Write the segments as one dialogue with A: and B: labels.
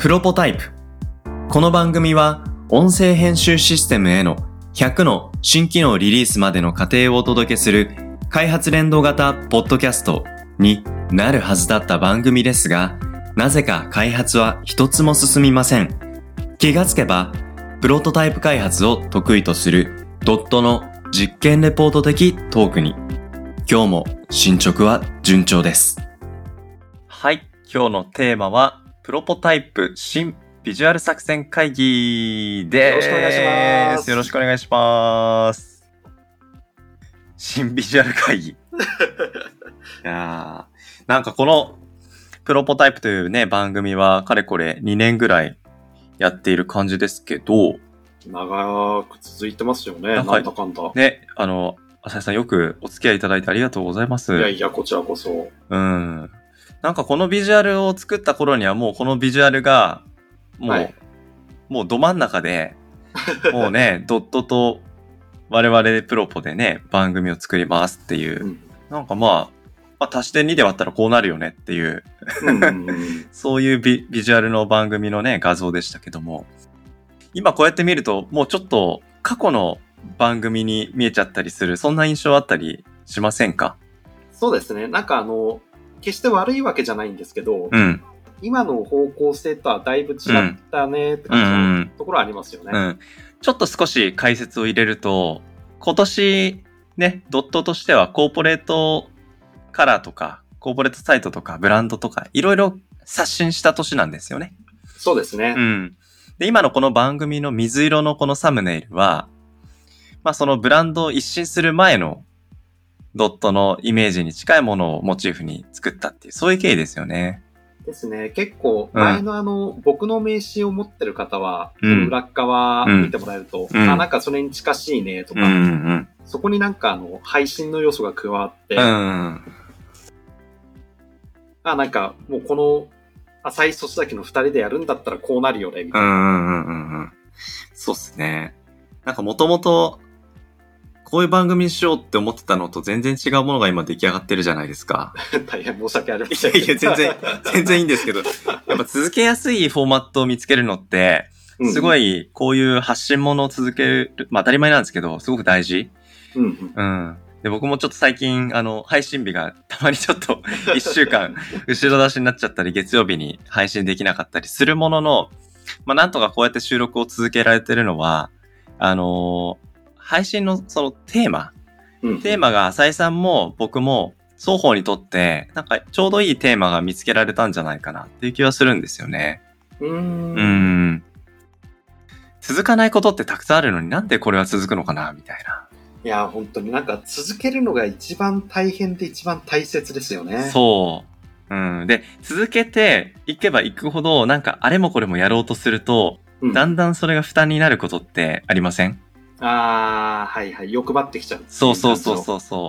A: プロポタイプ。この番組は音声編集システムへの100の新機能リリースまでの過程をお届けする開発連動型ポッドキャストになるはずだった番組ですが、なぜか開発は一つも進みません。気がつけばプロトタイプ開発を得意とするドットの実験レポート的トークに、今日も進捗は順調です。はい、今日のテーマはプロポタイプ新ビジュアル作戦会議です。
B: よろしくお願いします。
A: よろしくお願いします。新ビジュアル会議。いやー、なんかこのプロポタイプというね、番組はかれこれ2年ぐらいやっている感じですけど、
B: 長く続いてますよね。なんだかんだ。
A: ね、浅井さんよくお付き合いいただいてありがとうございます。
B: いや、こちらこそ。
A: なんかこのビジュアルを作った頃にはもうこのビジュアルがもうど真ん中で、もうね、ドットと我々プロポでね、番組を作りますっていう、なんかまあ足して2で割ったらこうなるよねっていう、そういうビジュアルの番組のね、画像でしたけども、今こうやって見るともうちょっと過去の番組に見えちゃったりする、そんな印象あったりしませんか？
B: そうですね。なんか決して悪いわけじゃないんですけど、今の方向性とはだいぶ違ったねって感じのところはありますよね。
A: ちょっと少し解説を入れると、今年ね、ドットとしてはコーポレートカラーとか、コーポレートサイトとかブランドとか、いろいろ刷新した年なんですよね。
B: そうですね。
A: で、今のこの番組の水色のこのサムネイルは、まあそのブランドを一新する前のドットのイメージに近いものをモチーフに作ったっていう、そういう経緯ですよね。
B: ですね。結構、前の僕の名刺を持ってる方は、裏側見てもらえると、なんかそれに近しいねとか、そこになんか配信の要素が加わって、なんかもうこの浅井粗崎の二人でやるんだったらこうなるよね、みたいな。
A: そうっすね。なんかもともと、こういう番組にしようって思ってたのと全然違うものが今出来上がってるじゃないですか。
B: 大変申し訳ありません。
A: いや、全然いいんですけど、やっぱ続けやすいフォーマットを見つけるのって、すごいこういう発信物を続ける、まあ当たり前なんですけど、すごく大事。で、僕もちょっと最近、配信日がたまにちょっと1週間後ろ出しになっちゃったり、月曜日に配信できなかったりするものの、まあなんとかこうやって収録を続けられてるのは、配信のそのテーマが浅井さんも僕も双方にとってなんかちょうどいいテーマが見つけられたんじゃないかなっていう気はするんですよね。続かないことってたくさんあるのになんでこれは続くのかなみたいな。
B: いや本当になんか続けるのが一番大変で一番大切ですよね。
A: そう。で続けていけばいくほどなんかあれもこれもやろうとすると、だんだんそれが負担になることってありません？
B: はいはい。欲張ってきちゃう。
A: そう。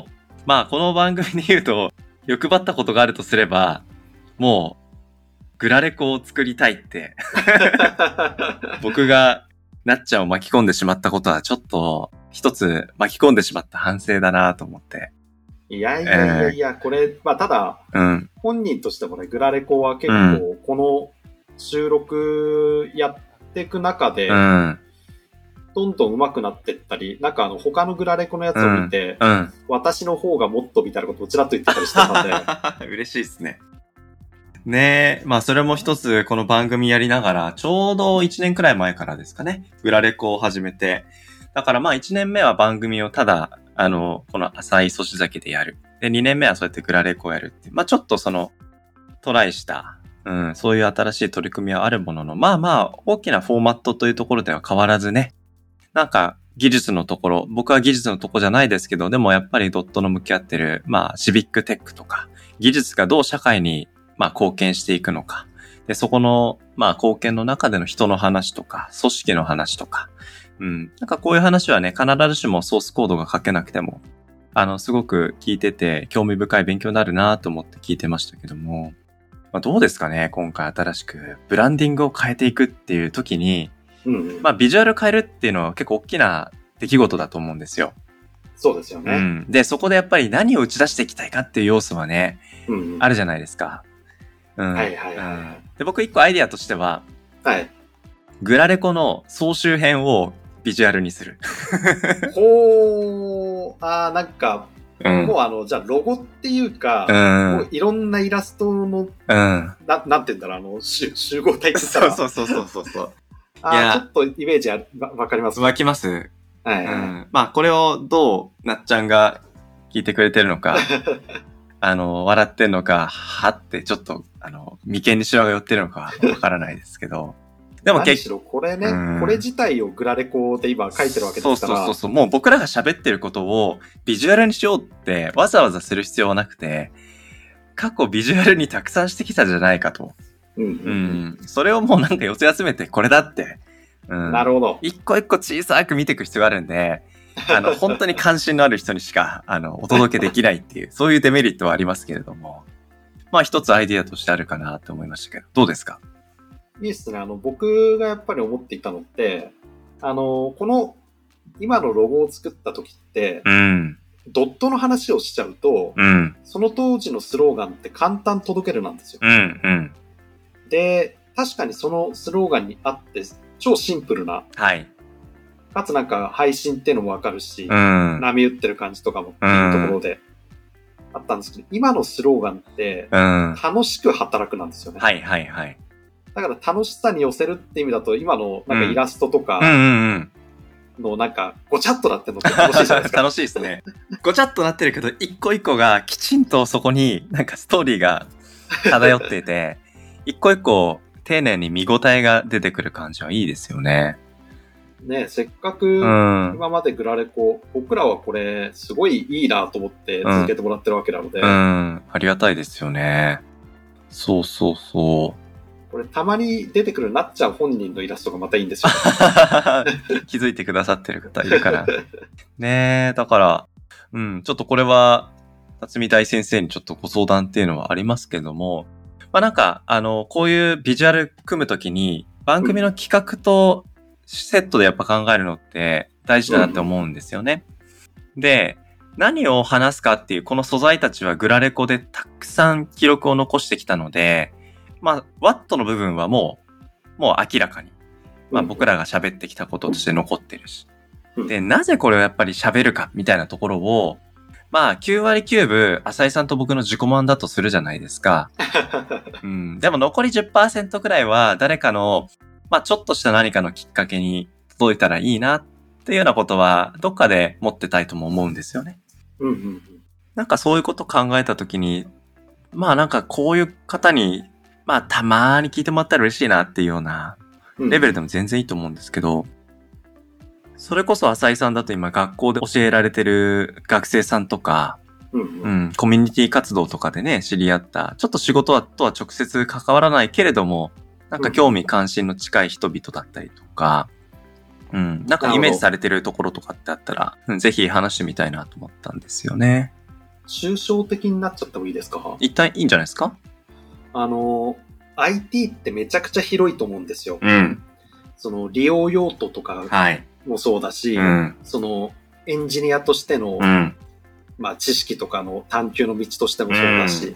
A: まあ、この番組で言うと、欲張ったことがあるとすれば、もう、グラレコを作りたいって、僕がなっちゃんを巻き込んでしまったことは、ちょっと、一つ巻き込んでしまった反省だなと思って。
B: いや、これ、まあ、ただ、本人としてもね、グラレコは結構、この収録やっていく中で、どんどん上手くなってったり、なんか他のグラレコのやつを見て、私の方がもっとみたいなことをちらっと言ってたりしてたんで。
A: 嬉しいですね。ねえ、まあそれも一つこの番組やりながら、ちょうど1年くらい前からですかね、グラレコを始めて、だからまあ1年目は番組をただ、この浅井粗崎でやる。で、2年目はそうやってグラレコをやるっていう。まあちょっとトライした、そういう新しい取り組みはあるものの、まあ大きなフォーマットというところでは変わらずね、なんか技術のところ、僕は技術のところじゃないですけど、でもやっぱりドットの向き合ってる、まあシビックテックとか、技術がどう社会にまあ貢献していくのか。で、そこのまあ貢献の中での人の話とか、組織の話とか、なんかこういう話はね、必ずしもソースコードが書けなくても、すごく聞いてて興味深い勉強になるなと思って聞いてましたけども、まあ、どうですかね、今回新しくブランディングを変えていくっていう時に、まあビジュアル変えるっていうのは結構大きな出来事だと思うんですよ。
B: そうですよね。
A: で、そこでやっぱり何を打ち出していきたいかっていう要素はね、あるじゃないですか。で、僕一個アイディアとしては、
B: はい。
A: グラレコの総集編をビジュアルにする。
B: ほー、なんか、もうじゃあロゴっていうか、もういろんなイラストの、なんて言うんだろう、集合体って言ったら。
A: そう。ちょ
B: っとイメージわかります。
A: 湧きます。
B: はい。
A: まあ、これをどうなっちゃんが聞いてくれてるのか、笑ってんのか、はってちょっと、眉間にシワが寄ってるのかわからないですけど。
B: でも何しろこれね、これ自体をグラレコで今書いてるわけですから。
A: そう。もう僕らが喋ってることをビジュアルにしようってわざわざする必要はなくて、過去ビジュアルにたくさんしてきたじゃないかと。それをもうなんか寄せ集めてこれだって。
B: なるほど。
A: 一個一個小さく見ていく必要があるんで、本当に関心のある人にしか、お届けできないっていう、そういうデメリットはありますけれども。まあ一つアイディアとしてあるかなと思いましたけど、どうですか？
B: いいですね。僕がやっぱり思っていたのって、この、今のロゴを作った時って、ドットの話をしちゃうと、その当時のスローガンって簡単届けるなんですよ。で、確かにそのスローガンにあって、超シンプルな。
A: はい。
B: かつなんか配信っていうのもわかるし、波打ってる感じとかもっていうところであったんですけど、今のスローガンって、楽しく働くなんですよね。
A: はい。
B: だから楽しさに寄せるって意味だと、今のなんかイラストとかのなんかごちゃっとなってるのって楽しいじゃないですか。
A: 楽しいですね。ごちゃっとなってるけど、一個一個がきちんとそこになんかストーリーが漂っていて、一個一個丁寧に見応えが出てくる感じはいいですよね。
B: ね、せっかく今までグラレコ、僕らはこれすごいいいなと思って続けてもらってるわけなので。
A: ありがたいですよね。そう。
B: これたまに出てくるなっちゃう本人のイラストがまたいいんですよ。
A: 気づいてくださってる方いるから。ねえ、だから、ちょっとこれは、辰巳大先生にちょっとご相談っていうのはありますけども、まあなんか、こういうビジュアル組むときに、番組の企画とセットでやっぱ考えるのって大事だなって思うんですよね。で、何を話すかっていう、この素材たちはグラレコでたくさん記録を残してきたので、まあ、ワットの部分はもう明らかに、まあ僕らが喋ってきたこととして残ってるし。で、なぜこれをやっぱり喋るかみたいなところを、まあ9割9分、浅井さんと僕の自己満だとするじゃないですか。でも残り 10% くらいは誰かの、まあちょっとした何かのきっかけに届いたらいいなっていうようなことは、どっかで持ってたいとも思うんですよね。なんかそういうこと考えたときに、まあなんかこういう方に、まあたまーに聞いてもらったら嬉しいなっていうようなレベルでも全然いいと思うんですけど、それこそ浅井さんだと今学校で教えられてる学生さんとか、コミュニティ活動とかでね、知り合った、ちょっと仕事とは直接関わらないけれども、なんか興味関心の近い人々だったりとか、なんかイメージされてるところとかってあったら、ぜひ話してみたいなと思ったんですよね。
B: 抽象的になっちゃってもいいですか？
A: 一体いいんじゃないですか？
B: IT ってめちゃくちゃ広いと思うんですよ。その利用用途とかもそうだし、そのエンジニアとしての、まあ知識とかの探求の道としてもそうだし、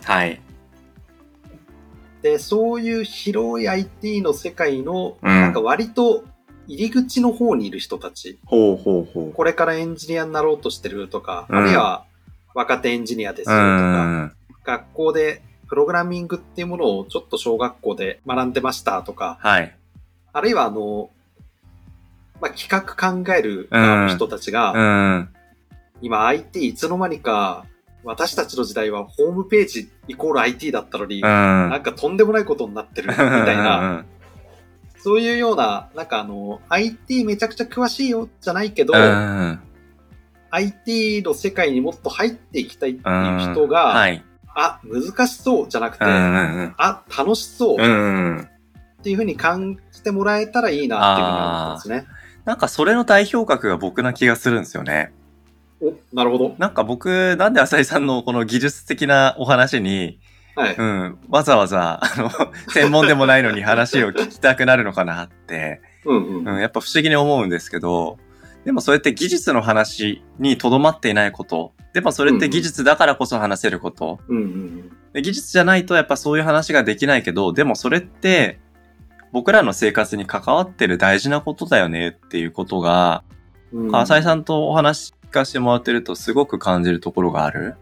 B: で、そういう広い IT の世界の、なんか割と入り口の方にいる人たち、これからエンジニアになろうとしてるとか、あるいは若手エンジニアですよとか、学校でプログラミングっていうものをちょっと小学校で学んでましたとか、あるいはまあ、企画考える人たちが、今 IT いつの間にか私たちの時代はホームページイコール IT だったのに、なんかとんでもないことになってるみたいな、そういうような、なんかIT めちゃくちゃ詳しいよじゃないけど、IT の世界にもっと入っていきたいっていう人が、あ、難しそうじゃなくて、あ、楽しそうっていう風に感じてもらえたらいいなっていう風に思ったんですね。
A: なんかそれの代表格が僕な気がするんですよね。
B: お、なるほど。
A: なんか僕、なんで浅井さんのこの技術的なお話に、わざわざ、専門でもないのに話を聞きたくなるのかなって、やっぱ不思議に思うんですけど、でもそれって技術の話にとどまっていないこと。でもそれって技術だからこそ話せること。で技術じゃないとやっぱそういう話ができないけど、でもそれって僕らの生活に関わってる大事なことだよねっていうことが、浅井さんとお話聞かせてもらってるとすごく感じるところがある。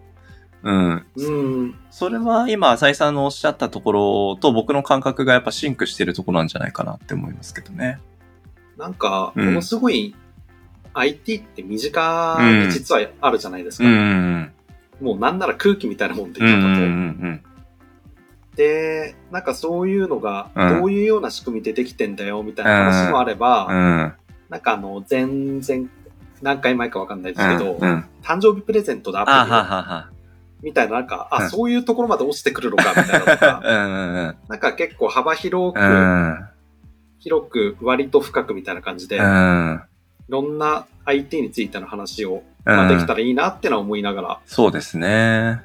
A: それは今浅井さんのおっしゃったところと僕の感覚がやっぱシンクしてるところなんじゃないかなって思いますけどね。
B: なんか、ものすごい IT って身近に実はあるじゃないですか。もうなんなら空気みたいなもんで言うと。で、なんかそういうのがどういうような仕組みでできてんだよみたいな話もあれば、なんか全然何回前かわかんないですけど、誕生日プレゼントでアプリみたいななんか、そういうところまで落ちてくるのかみたいなとか、なんか結構幅広く割と深くみたいな感じで、いろんな IT についての話を、できたらいいなってのは思いながら。
A: そうですね。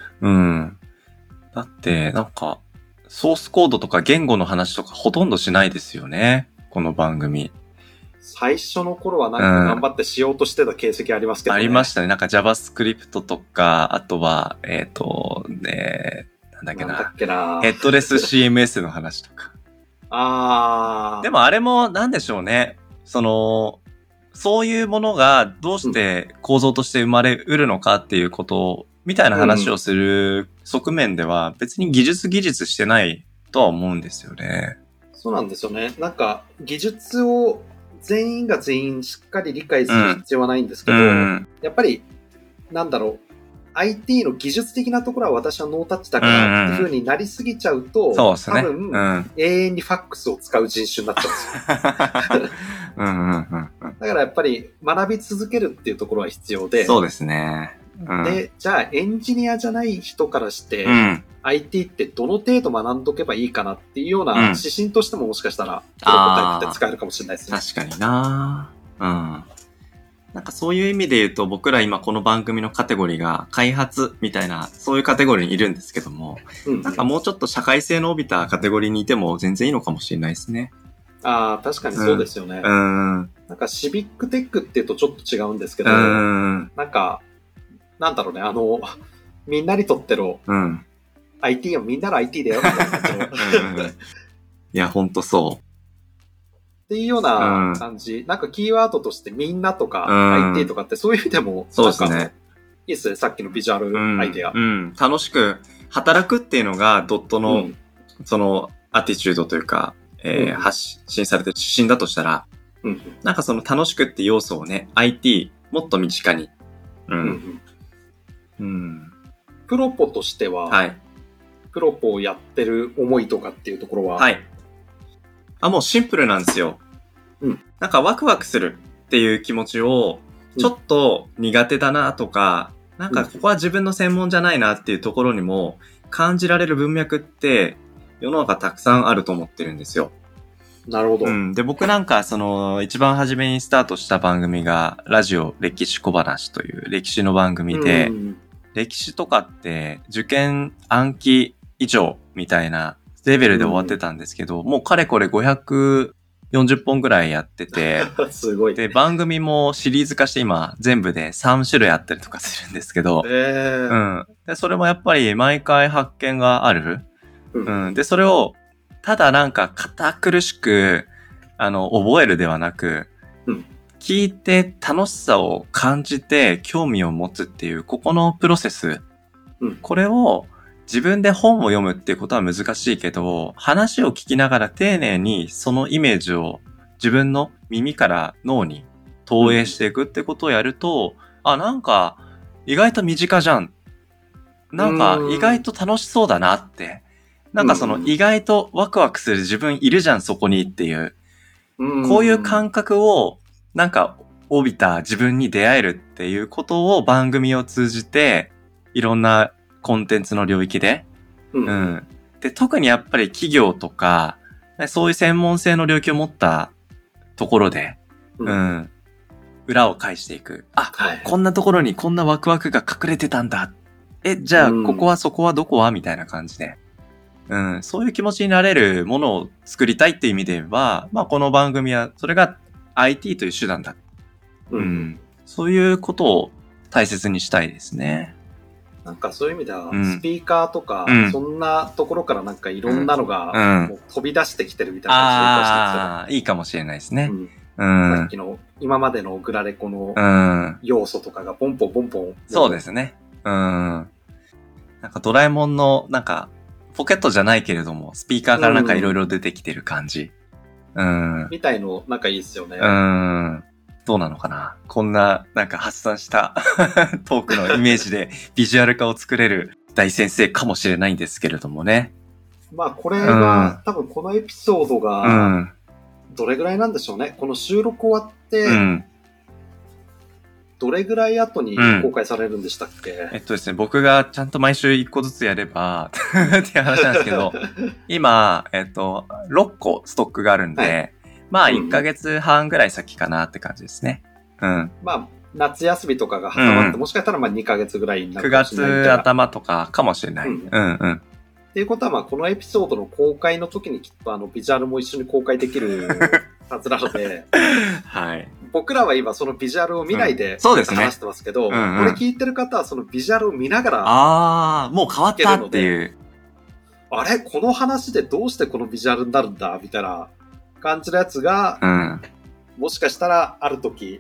A: だって、なんか、ソースコードとか言語の話とかほとんどしないですよね。この番組。
B: 最初の頃はなんか頑張ってしようとしてた形跡ありますけどね。
A: ありましたね。なんか JavaScript とか、あとは、なんだっけな。ヘッドレス CMS の話とか。でもあれもなんでしょうね。そういうものがどうして構造として生まれうるのかっていうことみたいな話をする側面では別に技術してないとは思うんですよね。
B: そうなんですよね。なんか技術を全員が全員しっかり理解する必要はないんですけど、やっぱりなんだろう、IT の技術的なところは私はノータッチだからっていう風になりすぎちゃうと、
A: そうですね。
B: 多分、永遠にファックスを使う人種になっちゃうんですよ。だからやっぱり学び続けるっていうところは必要で。
A: そうですね。
B: で、じゃあエンジニアじゃない人からして、IT ってどの程度学んどけばいいかなっていうような指針としてももしかしたら、プロトタイプって使えるかもしれないですね。
A: 確かにな。なんかそういう意味で言うと僕ら今この番組のカテゴリーが開発みたいなそういうカテゴリーにいるんですけども、なんかもうちょっと社会性の帯びたカテゴリーにいても全然いいのかもしれないですね。
B: 確かにそうですよね。なんかシビックテックって言うとちょっと違うんですけど、なんか、なんだろうね、みんなにとっての、IT はみんなの IT だよみたいな感じの。
A: いや、ほんとそう。
B: っていうような感じ。なんかキーワードとしてみんなとか IT とかってそういう意味でも、
A: そうですね。
B: いいですね。さっきのビジュアルアイデア。
A: 楽しく働くっていうのがドットの、そのアティチュードというか、発信されてる指針だとしたら、なんかその楽しくって要素をね、IT もっと身近に。
B: プロポとしては、プロポをやってる思いとかっていうところは、
A: もうシンプルなんですよ。なんかワクワクするっていう気持ちを、ちょっと苦手だなとか、なんかここは自分の専門じゃないなっていうところにも感じられる文脈って世の中たくさんあると思ってるんですよ。
B: なるほど。
A: で、僕なんか一番初めにスタートした番組がラジオ歴史小話という歴史の番組で、歴史とかって受験暗記以上みたいなレベルで終わってたんですけど、もうかれこれ540本ぐらいやってて、
B: すごい。
A: で、番組もシリーズ化して今全部で3種類あったりとかするんですけど、で、それもやっぱり毎回発見がある。で、それをただなんか堅苦しく、覚えるではなく、聞いて楽しさを感じて興味を持つっていう、ここのプロセス。これを自分で本を読むっていうことは難しいけど、話を聞きながら丁寧にそのイメージを自分の耳から脳に投影していくってことをやると、なんか意外と身近じゃん。なんか意外と楽しそうだなって。なんかその意外とワクワクする自分いるじゃんそこにっていう。こういう感覚をなんか帯びた自分に出会えるっていうことを番組を通じていろんなコンテンツの領域で。で、特にやっぱり企業とかそういう専門性の領域を持ったところで、裏を返していく。こんなところにこんなワクワクが隠れてたんだ。じゃあここはそこはどこはみたいな感じで。そういう気持ちになれるものを作りたいっていう意味では、この番組は、それが IT という手段だ。そういうことを大切にしたいですね。
B: なんかそういう意味では、スピーカーとか、そんなところからなんかいろんなのが、もう飛び出してきてるみたいな感じで言うかもしれないですよね。
A: ああ、いいかもしれないですね。
B: さっきの、今までのグラレコの要素とかがポンポンポンポン。
A: そうですね。なんかドラえもんの、なんか、ポケットじゃないけれども、スピーカーからなんかいろいろ出てきてる感じ。
B: みたいの、なんかいいですよね。
A: どうなのかな、こんな、なんか発散したトークのイメージでビジュアル化を作れる大先生かもしれないんですけれどもね。
B: まあこれは、多分このエピソードが、どれぐらいなんでしょうね。この収録終わって、どれぐらい後に公開されるんでしたっけ？
A: ですね、僕がちゃんと毎週1個ずつやれば、っていう話なんですけど、今、6個ストックがあるんで、まあ1ヶ月半ぐらい先かなって感じですね。ま
B: あ、夏休みとかが挟まって、もしかしたらまあ2ヶ月ぐらいになる
A: かもしれない。9月頭とかかもしれない。
B: っていうことは、まあ、このエピソードの公開の時にきっとビジュアルも一緒に公開できるはずなので、
A: はい。
B: 僕らは今そのビジュアルを見ないで、
A: そうですね。
B: 話してますけど、これ聞いてる方はそのビジュアルを見ながら、
A: もう変わったっていう。
B: あれこの話でどうしてこのビジュアルになるんだみたいな感じのやつが、もしかしたらある時、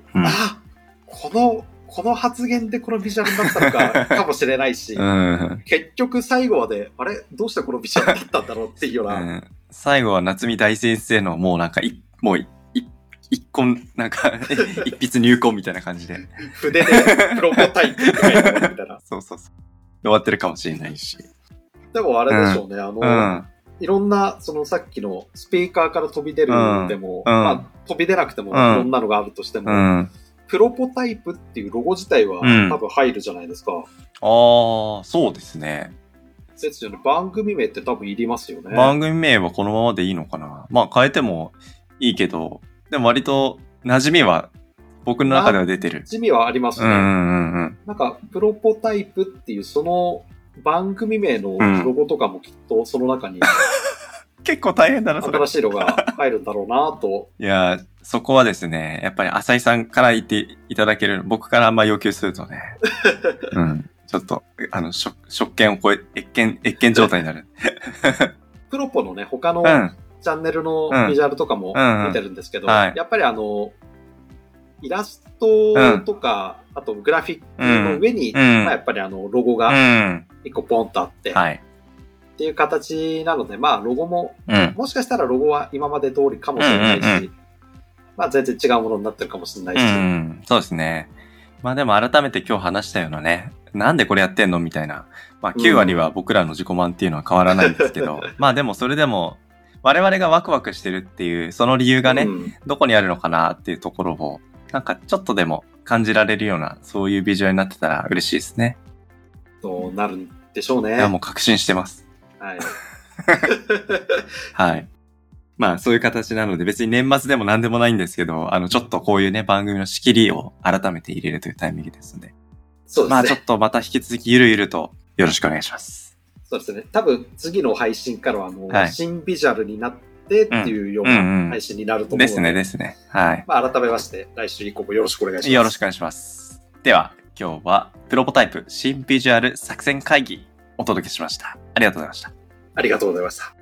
B: この発言でこのビジュアルになったのかもしれないし、結局最後まで、あれどうしてこのビジュアルだったんだろうっていうような。
A: 最後は夏目大先生のもうなんかもう一本、なんか、一筆入魂みたいな感じで。
B: 筆でプロトタイプって書いてあるみたいな。
A: そう。終わってるかもしれないし。
B: でもあれでしょうね、いろんな、そのさっきのスピーカーから飛び出るでも、まあ飛び出なくてもいろんなのがあるとしても、プロポタイプっていうロゴ自体は多分入るじゃないですか。
A: そうですね。
B: ですよね。番組名って多分いりますよね。
A: 番組名はこのままでいいのかな。まあ変えてもいいけど、でも割と馴染みは僕の中では出てる。
B: 馴染みはありますね。なんかプロポタイプっていうその番組名のロゴとかもきっとその中に、
A: 結構大変だな、それ。
B: 新しいのが入るんだろうなと。
A: いや、そこはですね、やっぱり浅井さんから言っていただける、僕からあんま要求するとね、ちょっと、職権を超え、越権状態になる。
B: プロポのね、他のチャンネルのビジュアルとかも見てるんですけど、やっぱりイラストとか、あとグラフィックの上に、まあ、やっぱりロゴが一個ポンとあって、っていう形なので、まあ、ロゴも、もしかしたらロゴは今まで通りかもしれないし、まあ、全然違うものになってるかもしれないし。
A: そうですね。まあでも改めて今日話したようなね、なんでこれやってんのみたいな。まあ9割は僕らの自己満っていうのは変わらないんですけど、まあでもそれでも、我々がワクワクしてるっていう、その理由がね、どこにあるのかなっていうところを、なんかちょっとでも感じられるような、そういうビジュアルになってたら嬉しいですね。
B: そうなるんでしょうね。
A: いや、もう確信してます。
B: はい。
A: はい。まあそういう形なので別に年末でも何でもないんですけど、ちょっとこういうね、番組の仕切りを改めて入れるというタイミングですので。
B: そうですね。
A: まあちょっとまた引き続きゆるゆるとよろしくお願いします。
B: そうですね。多分次の配信からは新ビジュアルになってっていうような配信になると思うので。
A: ですね。はい。
B: まあ改めまして来週以降もよろしくお願いします。
A: よろしくお願いします。では今日はプロポタイプ新ビジュアル作戦会議お届けしました。ありがとうございました。
B: ありがとうございました。